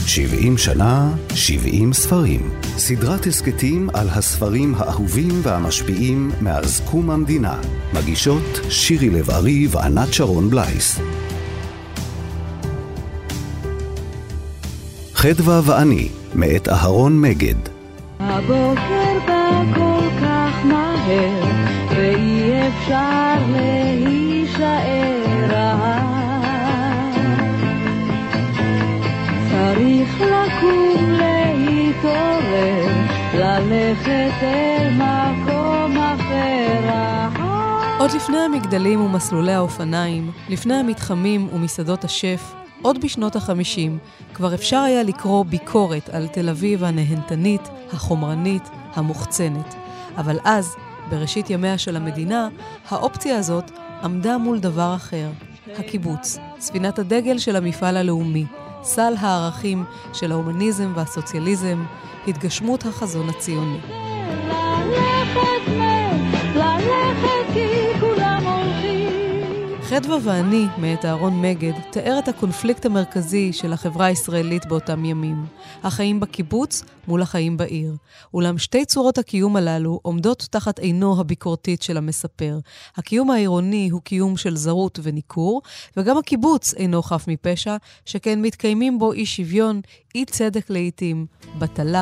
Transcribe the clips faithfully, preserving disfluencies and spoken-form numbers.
שבעים שנה, שבעים ספרים. סדרת הסקטים על הספרים האהובים והמשפיעים מאז קום המדינה. מגישות שירי לב-ארי וענת שרון בלייס. חדווה ואני, מאת אהרון מגד. הבוקר בא כל כך מהר, ואי אפשר להישאר רעב. צריך לקום להתעורר, ללכת אל מקום אחר. עוד לפני המגדלים ומסלולי האופניים, לפני המתחמים ומסעדות השף, עוד בשנות החמישים, כבר אפשר היה לקרוא ביקורת על תל אביב הנהנתנית, החומרנית, המוחצנת. אבל אז, בראשית ימיה של המדינה, האופציה הזאת עמדה מול דבר אחר, הקיבוץ, ספינת הדגל של המפעל הלאומי, סל הערכים של ההומניזם והסוציאליזם, התגשמות החזון הציוני. ללכת מל, ללכת כי כולם הולכים. חדווה ואני, מאת אהרון מגד, תאר את הקונפליקט המרכזי של החברה הישראלית באותם ימים. החיים בקיבוץ מול החיים בעיר. אולם שתי צורות הקיום הללו עומדות תחת עינו הביקורתית של המספר. הקיום העירוני הוא קיום של זרות וניכור, וגם הקיבוץ אינו חף מפשע, שכן מתקיימים בו אי שוויון, אי צדק לעתים, בטלה.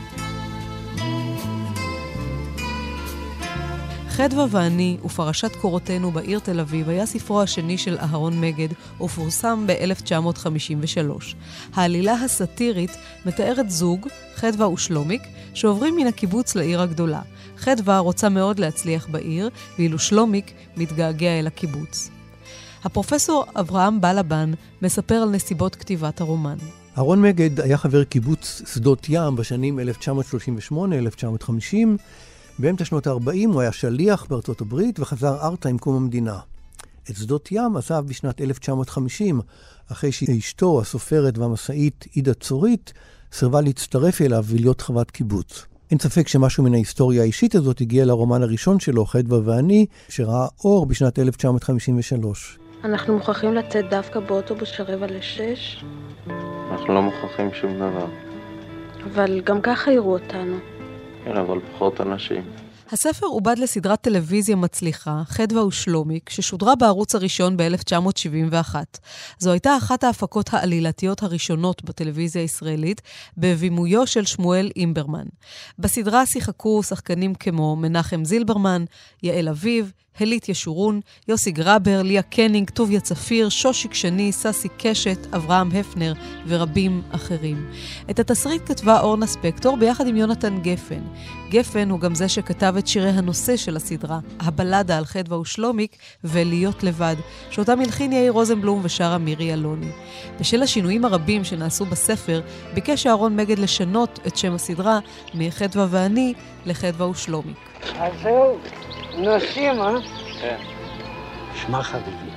חדווה ואני ופרשת קורותינו בעיר תל אביב היה ספרו השני של אהרון מגד ופורסם ב-אלף תשע מאות חמישים ושלוש. העלילה הסאטירית מתארת זוג, חדווה ושלומיק, שעוברים מן הקיבוץ לעיר הגדולה. חדווה רוצה מאוד להצליח בעיר, ואילו שלומיק מתגעגע אל הקיבוץ. הפרופסור אברהם בלבן מספר על נסיבות כתיבת הרומן. אהרון מגד היה חבר קיבוץ שדות ים בשנים אלף תשע מאות שלושים ושמונה עד אלף תשע מאות חמישים, באמצע שנות ה-ארבעים הוא היה שליח בארצות הברית וחזר ארצה עם קום המדינה. את שדות ים עזב בשנת אלף תשע מאות חמישים, אחרי שאשתו, הסופרת והמסעית עידה צורית, סירבה להצטרף אליו ולהיות חברת קיבוץ. אין ספק שמשהו מן ההיסטוריה האישית הזאת הגיע לרומן הראשון שלו, חדווה ואני, שראה אור בשנת אלף תשע מאות חמישים ושלוש. אנחנו מוכרחים לצאת דווקא באוטובוס שרבע לשש? אנחנו לא מוכרחים שום דבר. אבל גם ככה יראו אותנו. כן, אבל פחות אנשים. הספר עובד לסדרת טלוויזיה מצליחה, חדווה ושלומיק, ששודרה בערוץ הראשון ב-אלף תשע מאות שבעים ואחת. זו הייתה אחת ההפקות העלילתיות הראשונות בטלוויזיה הישראלית, בבימויו של שמואל אימברמן. בסדרה שיחקו שחקנים כמו מנחם זילברמן, יעל אביב, הלית ישורון, יוסי גרבר, ליה קנינג, טוביה צפיר, שושיק שני, ססי קשת, אברהם הפנר ורבים אחרים. את התסריט כתבה אורנה ספקטור ביחד עם יונתן גפן. גפן הוא גם זה שכתב את שירי הנושא של הסדרה, הבלדה על חדווה ושלומיק ולהיות לבד, שאותם הלחין יאיר רוזנבלום ושרה מירי אלוני. בשל השינויים הרבים שנעשו בספר, ביקש אהרון מגד לשנות את שם הסדרה מחדווה ואני לחדווה ושלומיק. אז זהו. נוסעים, אה? כן. שמע חביבי,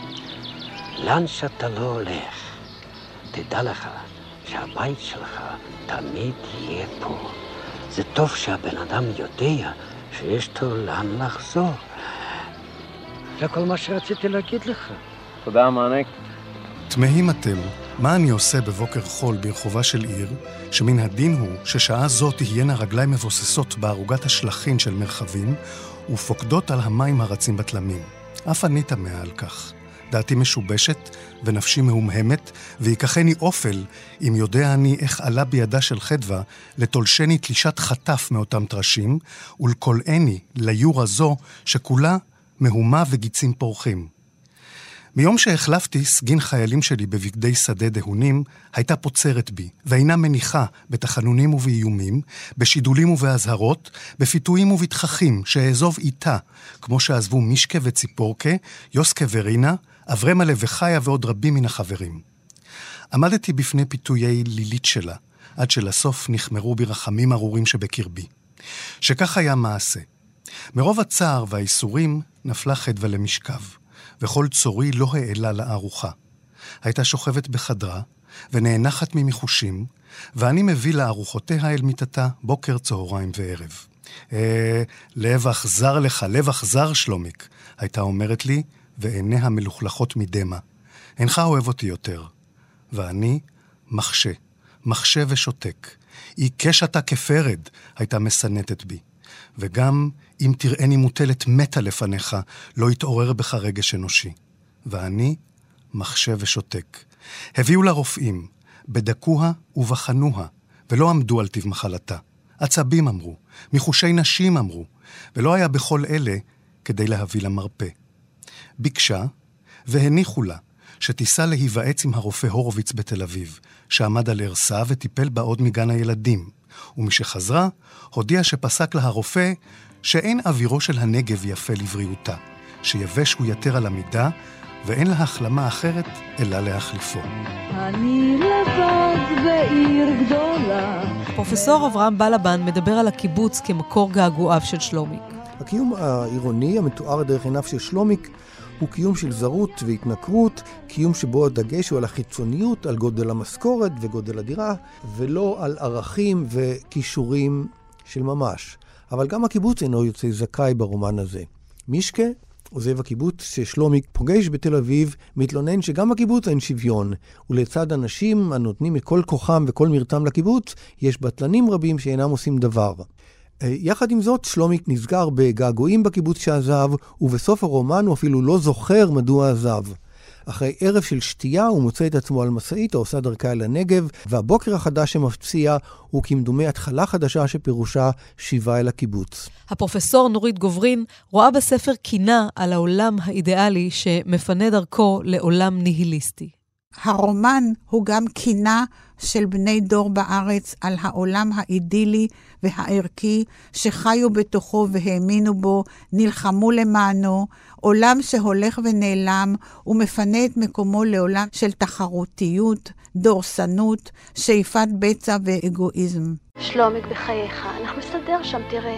לאן שאתה לא הולך, תדע לך שהבית שלך תמיד יהיה פה. זה טוב שהבן אדם יודע שיש לו לאן לחזור. זה כל מה שרציתי להגיד לך. תודה, מענק. תמהים אתם, מה אני עושה בבוקר חול ברחובה של עיר, שמן הדין הוא ששעה זו תהיינה רגליים מבוססות בערוגת השלחין של מרחבים, ופוקדות על המים הרצים בתלמים. אף אני תמה על כך. דעתי משובשת ונפשי מהומהמת, ויקחני אופל, אם יודע אני איך עלה בידה של חדווה, לתולשני תלישת חטף מאותם טרשים, ולקולעני ליורה זו שכולה מהומה וגיצים פורחים. מיום שהחלפתי סגין חיילים שלי בבגדי שדה דהונים, הייתה פוצרת בי, ואינה מניחה בתחנונים ובאיומים, בשידולים ובהזהרות, בפיתויים ובתככים שאעזוב איתה, כמו שעזבו מישקה וציפורקה, יוסקה ורינה, אברמלה וחיה ועוד רבים מן החברים. עמדתי בפני פיתויי לילית שלה, עד שלסוף נחמרו בי רחמים ארורים שבקרבי. שכך היה מעשה. מרוב הצער והאיסורים נפלה חדווה למשכב. וכל צורי לא העלה לארוחה. הייתה שוכבת בחדרה, ונאנחת ממחושים, ואני מביא לארוחותיה אל מיטתה בוקר, צהריים וערב. אה, לב אכזר לך, לב אכזר שלומיק, הייתה אומרת לי, ועיניה מלוכלכות מדמה. אינך אוהב אותי יותר. ואני מחשה, מחשב ושותק. עיקש אתה כפרד, הייתה מסנטת בי. וגם אם תראיני מוטלת מתה לפניך, לא יתעורר בך רגש אנושי. ואני מחשב ושותק. הביאו לה רופאים, בדקוה ובחנוה, ולא עמדו על טיב מחלתה. עצבים אמרו, מחושי נשים אמרו, ולא היה בכל אלה כדי להביא לה מרפא. ביקשה, והניחו לה, שתיסע להיוועץ עם הרופא הורוביץ בתל אביב, שעמד על ערסה וטיפל בה עוד מגן הילדים. ומשחזרה, הודיע שפסק לה הרופא שאין אווירו של הנגב יפה לבריאותה, שיבש הוא יתר על המידה, ואין לה החלמה אחרת אלא להחליפו. אני לבד בעיר גדולה. פרופסור אברהם בלבן מדבר על הקיבוץ כמקור געגועיו של שלומיק. הקיום העירוני המתואר דרך עיניו של שלומיק הוא קיום של זרות והתנכרות, קיום שבו הדגש הוא על החיצוניות, על גודל המשכורת וגודל הדירה, ולא על ערכים וכישורים של ממש. אבל גם הקיבוץ אינו יוצא זכאי ברומן הזה. מישקה, עוזב הקיבוץ ששלומיק פוגש בתל אביב, מתלונן שגם בקיבוץ אין שוויון, ולצד אנשים הנותנים את כל כוחם וכל מרתם לקיבוץ, יש בטלנים רבים שאינם עושים דבר. יחד עם זאת, שלומיק נסגר בגעגועים בקיבוץ שעזב, ובסוף הרומן הוא אפילו לא זוכר מדוע עזב. אחרי ערב של שתייה הוא מוצא את עצמו על מסעית העושה דרכה אל הנגב, והבוקר החדש שמפציע הוא כמדומה התחלה חדשה שפירושה שיבה אל הקיבוץ. הפרופסור נורית גוברין רואה בספר קינה על העולם האידיאלי שמפנה דרכו לעולם ניהיליסטי. הרומן הוא גם קינה של בני דור בארץ על העולם האידילי והערכי שחיו בתוכו והאמינו בו, נלחמו למענו, עולם שהולך ונעלם ומפנה את מקומו לעולם של תחרותיות, דורסנות, שאיפת בצע ואגואיזם. שלומיק בחייך, אנחנו נסתדר שם, תראה.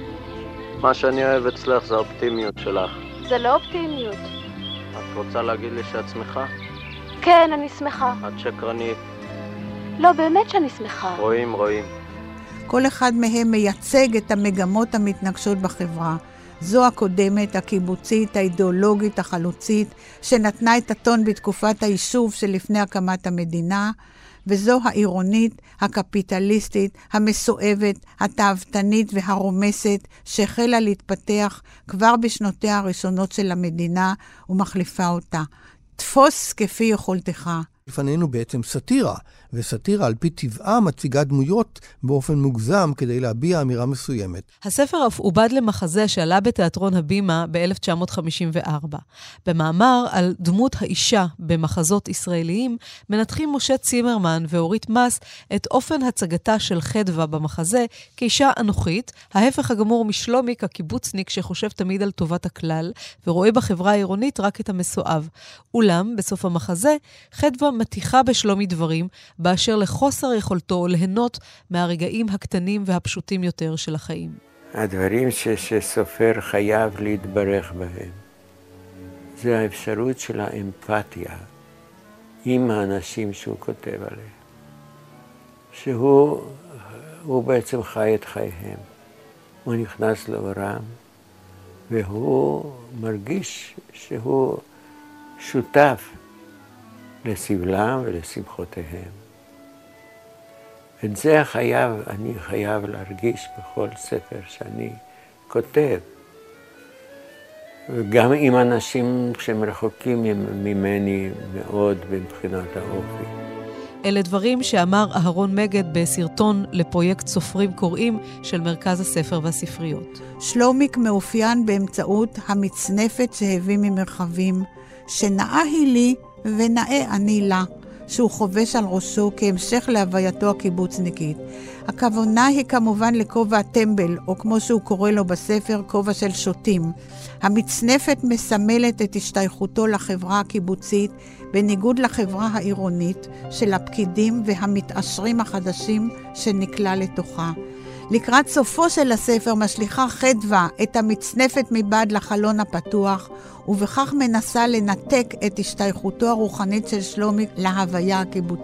מה שאני אוהב אצלך זה האופטימיות שלך. זה לא אופטימיות. את רוצה להגיד לי שאת שמחה? כן, אני שמחה. את שקרנית. לא, באמת שאני שמחה. רואים, רואים. כל אחד מהם מייצג את המגמות המתנגשות בחברה. זו הקודמת, הקיבוצית, האידיאולוגית, החלוצית, שנתנה את הטון בתקופת היישוב שלפני הקמת המדינה, וזו העירונית, הקפיטליסטית, המסואבת, התאוותנית והרומסת, שהחלה להתפתח כבר בשנותיה הראשונות של המדינה ומחליפה אותה. תפוס כפי יכולתך. לפנינו בעצם סטירה, וסטירה על פי טבעה מציגה דמויות באופן מוגזם כדי להביע אמירה מסוימת. הספר אף עובד למחזה שעלה בתיאטרון הבימה ב-אלף תשע מאות חמישים וארבע. במאמר על דמות האישה במחזות ישראליים, מנתחים משה צימרמן ואורית מס את אופן הצגתה של חדווה במחזה כאישה אנוכית, ההפך הגמור משלומיק הקיבוצניק שחושב תמיד על טובת הכלל, ורואה בחברה העירונית רק את המסואב. אולם, בסוף המחזה, חדווה מתיחה בשלומי דברים, באשר לחוסר יכולתו ליהנות מהרגעים הקטנים והפשוטים יותר של החיים. הדברים ש- שסופר חייב להתברך בהם, זה האפשרות של האמפתיה עם האנשים שהוא כותב עליהם. שהוא הוא בעצם חי את חייהם. הוא נכנס לעולם, והוא מרגיש שהוא שותף לסבלם ולשמחותיהם. את זה חייב, אני חייב להרגיש בכל ספר שאני כותב. וגם עם אנשים שמרחוקים ממני מאוד מבחינת האופי. אלה דברים שאמר אהרון מגד בסרטון לפרויקט סופרים קוראים של מרכז הספר והספריות. שלומיק מאופיין באמצעות המצנפת שהביא ממרחבים, שנאה היא לי ונאה אני לה, שהוא חובש על ראשו כהמשך להווייתו הקיבוצניקית. הכוונה היא כמובן לכובע הטמבל, או כמו שהוא קורא לו בספר, כובע של שוטים. המצנפת מסמלת את השתייכותו לחברה הקיבוצית, בניגוד לחברה העירונית של הפקידים והמתעשרים החדשים שנקלע לתוכה. לקראת סופו של הספר משליחה חדווה את המצנפת מבעד לחלון הפתוח, ובכך מנסה לנתק את השתייכותו הרוחנית של שלומיק להוויה הקיבוצית.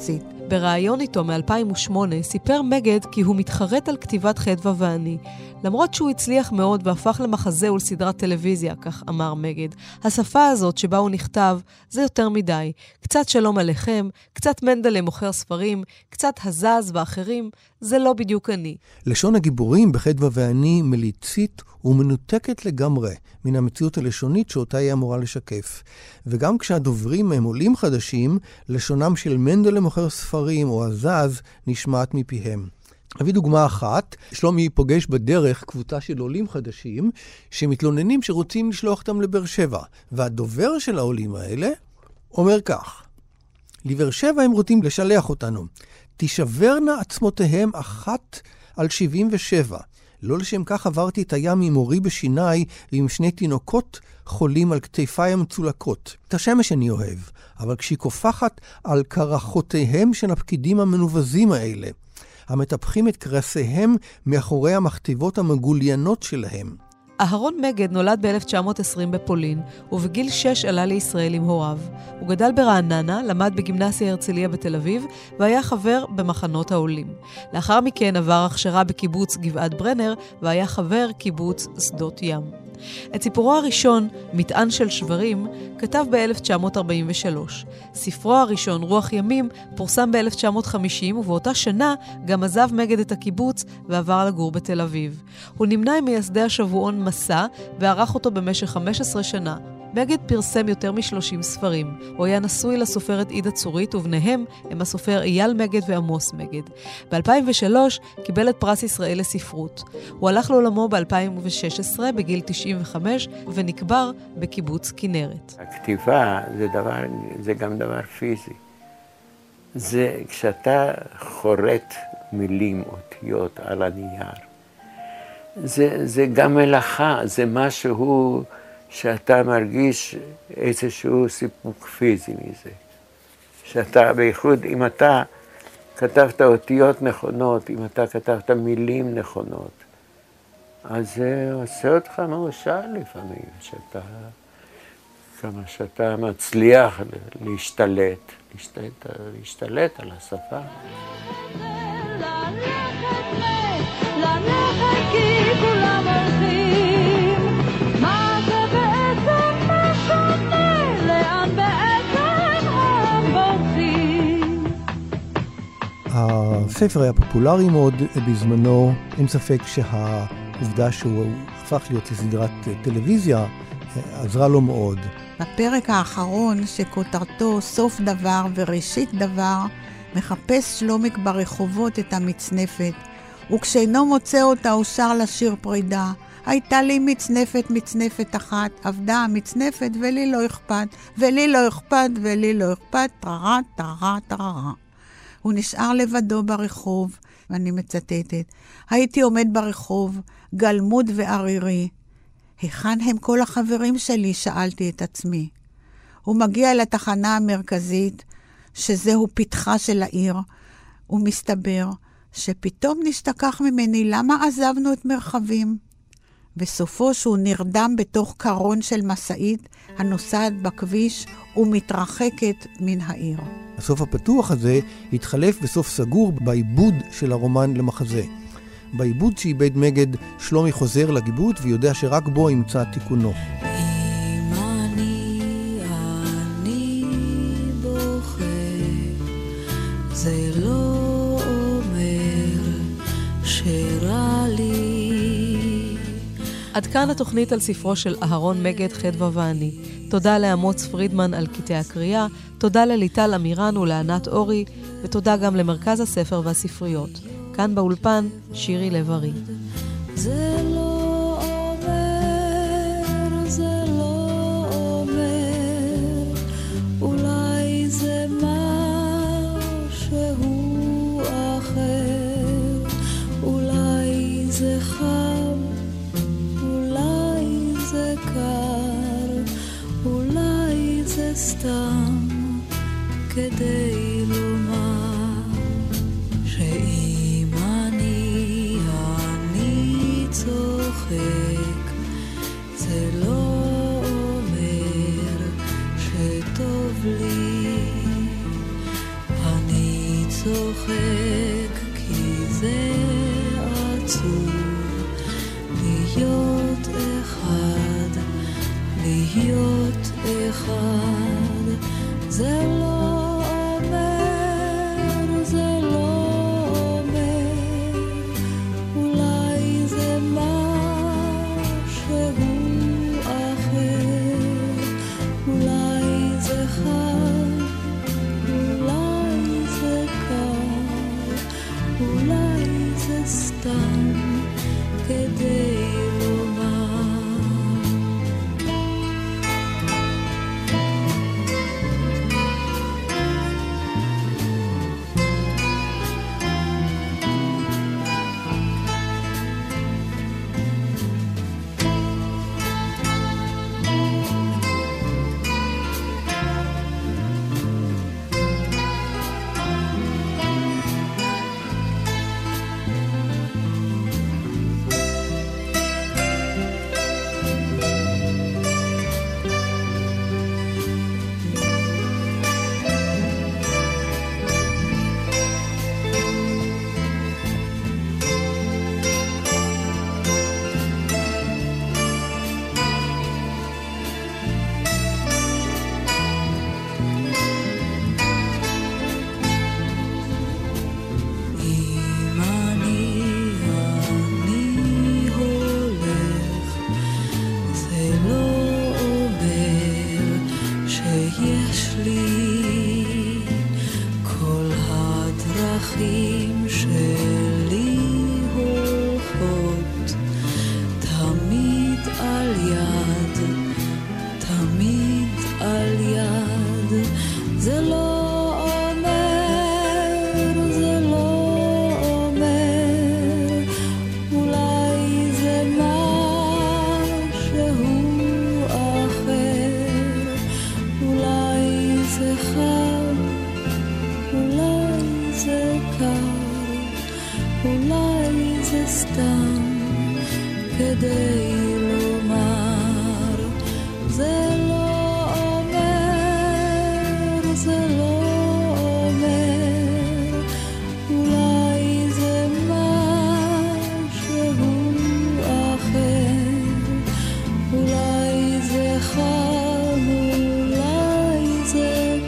בריאיון איתו מ-אלפיים ושמונה סיפר מגד כי הוא מתחרט על כתיבת חדווה ואני. למרות שהוא הצליח מאוד והפך למחזה ולסדרת טלוויזיה, כך אמר מגד. השפה הזאת שבה הוא נכתב זה יותר מדי. קצת שלום עליכם, קצת מנדלה מוכר ספרים, קצת הזז ואחרים, זה לא בדיוק אני. לשון הגיבורים בחדווה ואני מליצית ומנותקת לגמרי מן המציאות הלשונית שאותה היא אמורה לשקף. וגם כשהדוברים הם עולים חדשים, לשונם של מנדלה מוכר ספרים או הזז נשמעת מפיהם. אביא דוגמה אחת, שלומי פוגש בדרך קבוצה של עולים חדשים שמתלוננים שרוצים לשלוח אותם לבאר שבע, והדובר של העולים האלה אומר כך: לבאר שבע הם רוצים לשלח אותנו, תשברנה עצמותיהם אחת על שבעים ושבע. לא לשם כך עברתי את הים עם מורי בשיני ועם שני תינוקות חולים על כתפיי המצולקות. את השמש אני אוהב, אבל כשהיא קופחת על קרחותיהם של הפקידים המנובזים האלה, המטפחים את קרסיהם מאחורי המכתיבות המגוליינות שלהם. אהרון מגד נולד ב-אלף תשע מאות עשרים בפולין, ובגיל שש עלה לישראל עם הוריו. הוא גדל ברעננה, למד בגימנסיה הרצליה בתל אביב, והיה חבר במחנות העולים. לאחר מכן עבר הכשרה בקיבוץ גבעת ברנר, והיה חבר קיבוץ שדות ים. את סיפורו הראשון, מטען של שברים, כתב ב-אלף תשע מאות ארבעים ושלוש. ספרו הראשון, רוח ימים, פורסם ב-אלף תשע מאות חמישים, ובאותה שנה גם עזב מגד את הקיבוץ ועבר לגור בתל אביב. הוא נמנה עם מייסדי השבועון מסע, וערך אותו במשך חמש עשרה שנה. מגד פרסם יותר מ-שלושים ספרים. הוא היה נשוי לסופרת עידה צורית, ובניהם הם הסופר אייל מגד ועמוס מגד. ב-אלפיים ושלוש קיבל את פרס ישראל לספרות. הוא הלך לעולמו ב-אלפיים ושש עשרה בגיל תשעים וחמש, ונקבר בקיבוץ כנרת. הכתיבה זה דבר, זה גם דבר פיזי. זה כשאתה חורט מילים, אותיות על הנייר. זה, זה גם מלאכה, זה משהו שאתה מרגיש איזשהו סיפוק פיזי מזה. שאתה, בייחוד, אם אתה כתבת אותיות נכונות, אם אתה כתבת מילים נכונות, אז זה עושה אותך מאושר לפעמים, שאתה, כמה שאתה מצליח להשתלט, להשתלט, להשתלט על השפה. ללכת כי כולם הולכים, מה זה בעצם משנה, לאן בעצם הם בורחים? הספר היה פופולרי מאוד בזמנו, אין ספק שהעובדה שהוא הפך להיות לסדרת טלוויזיה עזרה לו מאוד. בפרק האחרון שכותרתו סוף דבר וראשית דבר, מחפש שלומיק ברחובות את המצנפת, וכשאינו מוצא אותה הוא שר לשיר פרידה. הייתה לי מצנפת, מצנפת אחת, עבדה המצנפת ולי לא אכפת, ולי לא אכפת, ולי לא אכפת, טרה, טרה, טרה. הוא נשאר לבדו ברחוב, ואני מצטטת, הייתי עומד ברחוב, גלמוד וערירי. היכן הם כל החברים שלי? שאלתי את עצמי. הוא מגיע לתחנה המרכזית, שזהו פתחה של העיר, ומסתבר שפתאום נשתכח ממני למה עזבנו את מרחבים. בסופו שהוא נרדם בתוך קרון של מסעית הנוסעת בכביש ומתרחקת מן העיר. הסוף הפתוח הזה התחלף בסוף סגור בעיבוד של הרומן למחזה. בעיבוד שאיבד מגד, שלומי חוזר לגיבוט ויודע שרק בו ימצא תיקונו. אם אני, אני בוכה, זה לא אומר שרע לי. עד כאן התוכנית על ספרו של אהרון מגד, חדווה ואני. תודה לאמוץ פרידמן על קטעי הקריאה, תודה לליטל אמירן ולענת אורי, ותודה גם למרכז הספר והספריות. כאן באולפן, שירי לב-ארי. זה לא אומר, זה לא אומר, אולי זה משהו אחר, אולי זה חם, אולי זה קר, אולי זה סתם כדי לומר שאם אני, אני צור צוחק כי זה עצוב להיות אחד, להיות אחד. זה לא אומר, זה לא אומר, אולי זה משהו אחר, אולי זה חד, אולי זה קר, אולי זה סתם כדי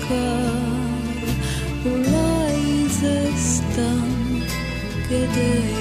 אולי זה סתם כדי